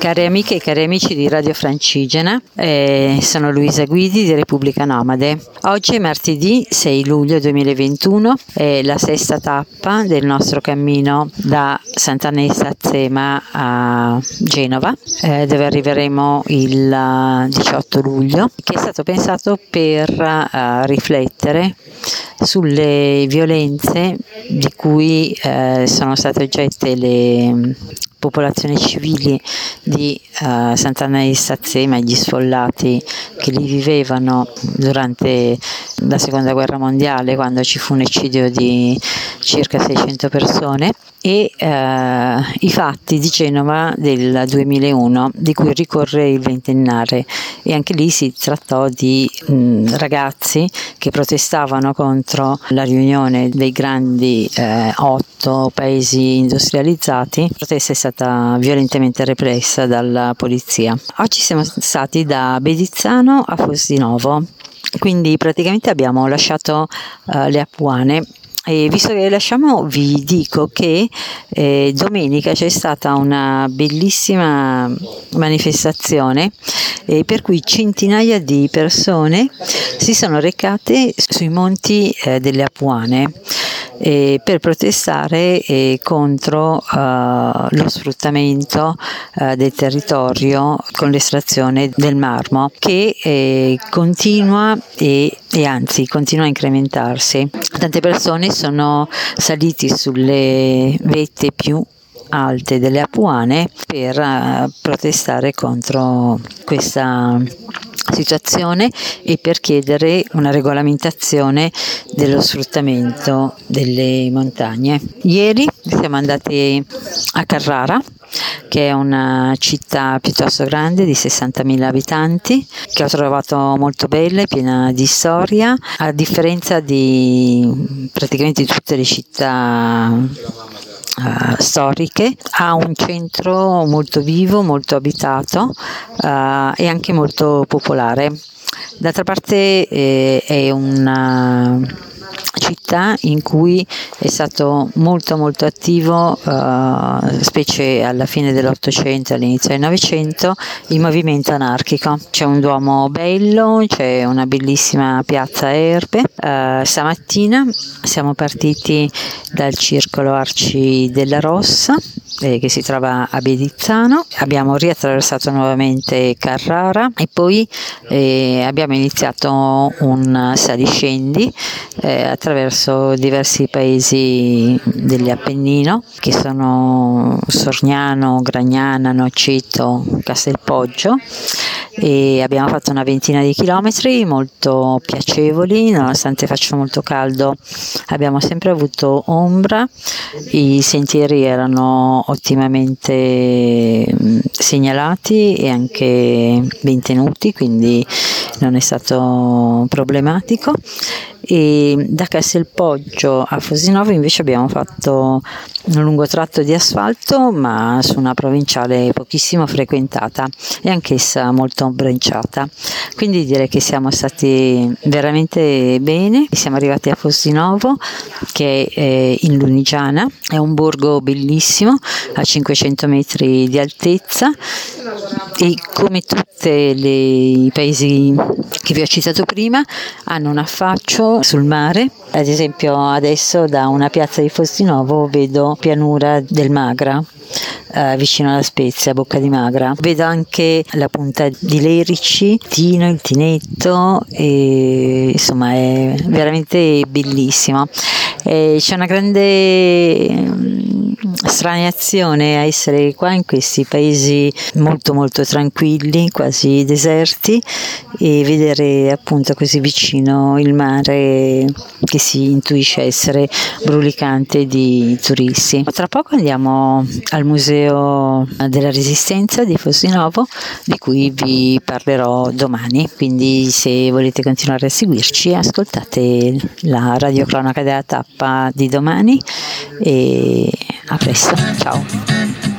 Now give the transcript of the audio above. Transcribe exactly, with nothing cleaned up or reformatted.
Cari amiche e cari amici di Radio Francigena, eh, sono Luisa Guidi di Repubblica Nomade. Oggi è martedì sei luglio duemilaventuno, è la sesta tappa del nostro cammino da Sant'Anna di Sazzema a Genova, eh, dove arriveremo il diciotto luglio, che è stato pensato per uh, riflettere sulle violenze di cui eh, sono state oggette le popolazioni civili di uh, Sant'Anna di Sazzema e gli sfollati che lì vivevano durante la seconda guerra mondiale, quando ci fu un eccidio di circa seicento persone, e uh, i fatti di Genova del duemilauno, di cui ricorre il ventennale, e anche lì si trattò di mh, ragazzi che protestavano contro la riunione dei grandi eh, otto paesi industrializzati. La protesta è stata violentemente repressa dalla polizia. Oggi siamo stati da Bedizzano a Fosdinovo, quindi praticamente abbiamo lasciato uh, le Apuane. E visto che le lasciamo, vi dico che eh, domenica c'è stata una bellissima manifestazione eh, per cui centinaia di persone si sono recate sui monti eh, delle Apuane eh, per protestare eh, contro uh, lo sfruttamento uh, del territorio con l'estrazione del marmo, che eh, continua e, e anzi continua a incrementarsi. Tante persone sono saliti sulle vette più alte delle Apuane per uh, protestare contro questa situazione e per chiedere una regolamentazione dello sfruttamento delle montagne. Ieri siamo andati a Carrara, che è una città piuttosto grande di sessantamila abitanti, che ho trovato molto bella e piena di storia, a differenza di praticamente tutte le città Uh, storiche. Ha un centro molto vivo, molto abitato uh, e anche molto popolare. D'altra parte eh, è una città in cui è stato molto molto attivo, uh, specie alla fine dell'Ottocento e all'inizio del Novecento, il movimento anarchico. C'è un duomo bello, c'è una bellissima piazza Erbe. Uh, stamattina siamo partiti dal circolo Arci della Rossa, eh, che si trova a Bedizzano. Abbiamo riattraversato nuovamente Carrara e poi eh, abbiamo iniziato un saliscendi eh, attraverso diversi paesi dell'Appennino, che sono Sorgnano, Gragnana, Noceto, Castelpoggio, e abbiamo fatto una ventina di chilometri molto piacevoli. Nonostante faccia molto caldo, abbiamo sempre avuto ombra, i sentieri erano ottimamente segnalati e anche ben tenuti, quindi non è stato problematico. E da Castelpoggio a Fosdinovo invece abbiamo fatto un lungo tratto di asfalto, ma su una provinciale pochissimo frequentata e anch'essa molto ombreggiata, quindi direi che siamo stati veramente bene. Siamo arrivati a Fosdinovo, che è eh, in Lunigiana, è un borgo bellissimo a cinquecento metri di altezza, e come tutti i paesi che vi ho citato prima hanno un affaccio sul mare. Ad esempio adesso da una piazza di Fosdinovo vedo pianura del Magra, eh, vicino alla Spezia, Bocca di Magra. Vedo anche la punta di Lerici, Tino, il Tinetto, e insomma è veramente bellissimo. E c'è una grande straniazione a essere qua in questi paesi molto molto tranquilli, quasi deserti, e vedere appunto così vicino il mare che si intuisce essere brulicante di turisti. Tra poco andiamo al Museo della Resistenza di Fosdinovo, di cui vi parlerò domani, quindi se volete continuare a seguirci ascoltate la radiocronaca della tappa di domani, e a presto, ciao.